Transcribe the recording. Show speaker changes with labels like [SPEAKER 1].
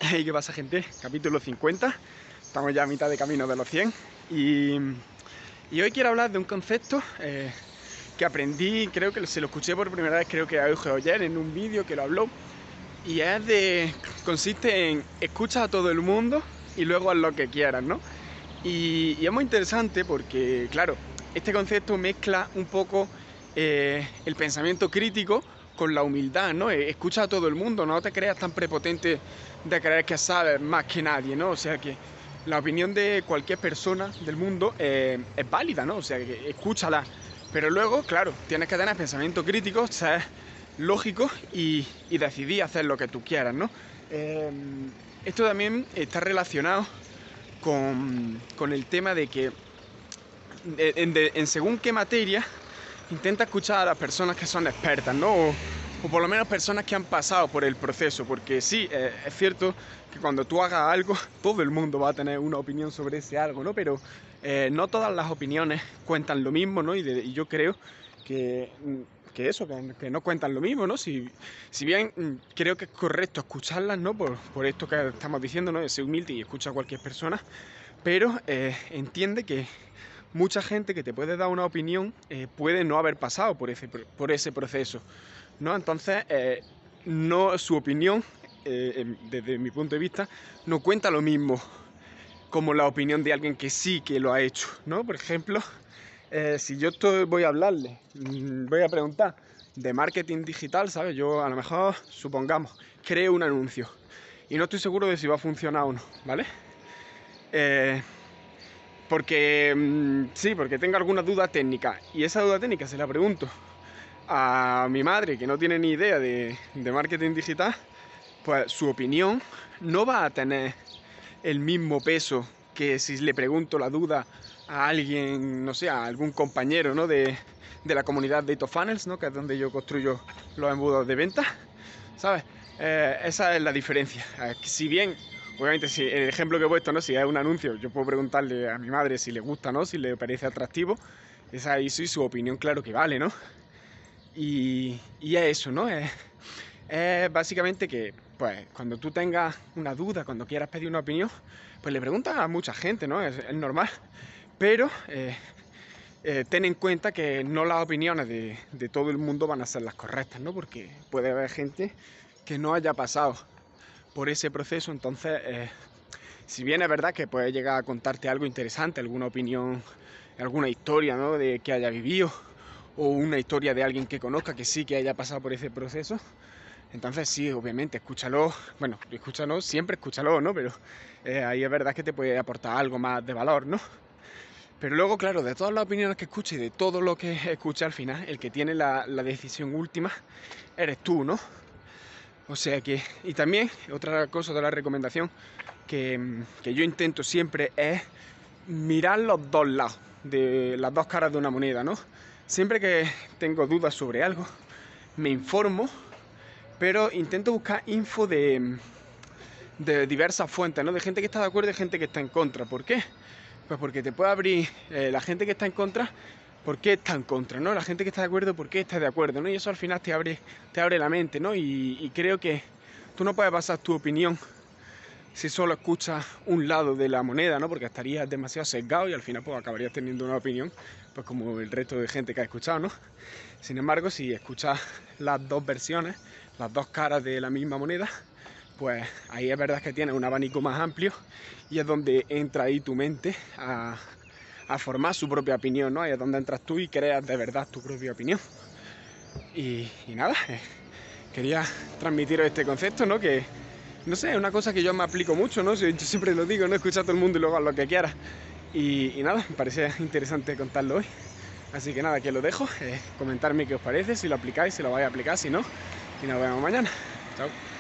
[SPEAKER 1] Hey, ¿qué pasa, gente? Capítulo 50. Estamos ya a mitad de camino de los 100. Y hoy quiero hablar de un concepto que aprendí, creo que se lo escuché por primera vez, creo que a Euge Oyer en un vídeo que lo habló. Y consiste en escucha a todo el mundo y luego haz lo que quieras, ¿no? Y es muy interesante porque, claro, este concepto mezcla un poco el pensamiento crítico con la humildad, ¿no? Escucha a todo el mundo, no te creas tan prepotente de creer que sabes más que nadie, ¿no? O sea que la opinión de cualquier persona del mundo es válida, ¿no? O sea que escúchala. Pero luego, claro, tienes que tener pensamiento crítico, ser lógico y decidir hacer lo que tú quieras, ¿no? Esto también está relacionado con el tema de que en según qué materia intenta escuchar a las personas que son expertas, ¿no? O por lo menos personas que han pasado por el proceso, porque sí, es cierto que cuando tú hagas algo, todo el mundo va a tener una opinión sobre ese algo, ¿no? Pero no todas las opiniones cuentan lo mismo, ¿no? Y yo creo que que no cuentan lo mismo, ¿no? Si bien creo que es correcto escucharlas, ¿no? Por esto que estamos diciendo, ¿no? De ser humilde y escucha a cualquier persona, pero entiende que mucha gente que te puede dar una opinión puede no haber pasado por ese proceso, ¿no? Entonces, no, su opinión, desde mi punto de vista, no cuenta lo mismo como la opinión de alguien que sí que lo ha hecho, ¿no? Por ejemplo, si yo voy a hablarle, voy a preguntar de marketing digital, ¿sabes? Yo a lo mejor, supongamos, creo un anuncio y no estoy seguro de si va a funcionar o no, ¿vale? Porque tengo alguna duda técnica y esa duda técnica se la pregunto a mi madre, que no tiene ni idea de marketing digital, pues su opinión no va a tener el mismo peso que si le pregunto la duda a alguien, no sé, a algún compañero, ¿no? de la comunidad de Funnels, ¿no? Que es donde yo construyo los embudos de venta, ¿sabes? Esa es la diferencia. Si bien, obviamente, si el ejemplo que he puesto, ¿no? Si es un anuncio, yo puedo preguntarle a mi madre si le gusta, ¿no? Si le parece atractivo. Esa ahí sí su opinión, claro que vale, ¿no? Y es eso, ¿no? Es básicamente que, pues, cuando tú tengas una duda, cuando quieras pedir una opinión, pues le preguntas a mucha gente, ¿no? Es normal. Pero ten en cuenta que no las opiniones de todo el mundo van a ser las correctas, ¿no? Porque puede haber gente que no haya pasado por ese proceso, entonces, si bien es verdad que puede llegar a contarte algo interesante, alguna opinión, alguna historia, ¿no? De que haya vivido, o una historia de alguien que conozca que sí que haya pasado por ese proceso, entonces sí, obviamente, escúchalo, bueno, escúchalo, siempre escúchalo, ¿no? Pero ahí es verdad que te puede aportar algo más de valor, ¿no? Pero luego, claro, de todas las opiniones que escuche y de todo lo que escuche al final, el que tiene la decisión última eres tú, ¿no? O sea que, y también otra cosa de la recomendación que yo intento siempre es mirar los dos lados, de las dos caras de una moneda, ¿no? Siempre que tengo dudas sobre algo, me informo, pero intento buscar info de diversas fuentes, ¿no? De gente que está de acuerdo y gente que está en contra. ¿Por qué? Pues porque te puede abrir la gente que está en contra, ¿por qué está en contra, ¿no? La gente que está de acuerdo, ¿por qué está de acuerdo, ¿no? Y eso al final te abre la mente, ¿no? Y creo que tú no puedes basar tu opinión si solo escuchas un lado de la moneda, ¿no? Porque estarías demasiado sesgado y al final pues acabarías teniendo una opinión, pues como el resto de gente que ha escuchado, ¿no? Sin embargo, si escuchas las dos versiones, las dos caras de la misma moneda, pues ahí es verdad que tienes un abanico más amplio y es donde entra ahí tu mente a formar su propia opinión, ¿no? Ahí es donde entras tú y creas de verdad tu propia opinión. Y nada, quería transmitiros este concepto, ¿no? Que, no sé, es una cosa que yo me aplico mucho, ¿no? Yo siempre lo digo, ¿no? Escucha a todo el mundo y luego haz lo que quieras. Y nada, me parece interesante contarlo hoy. Así que nada, que lo dejo. Comentarme qué os parece, si lo aplicáis, si lo vais a aplicar, si no. Y nos vemos mañana. Chao.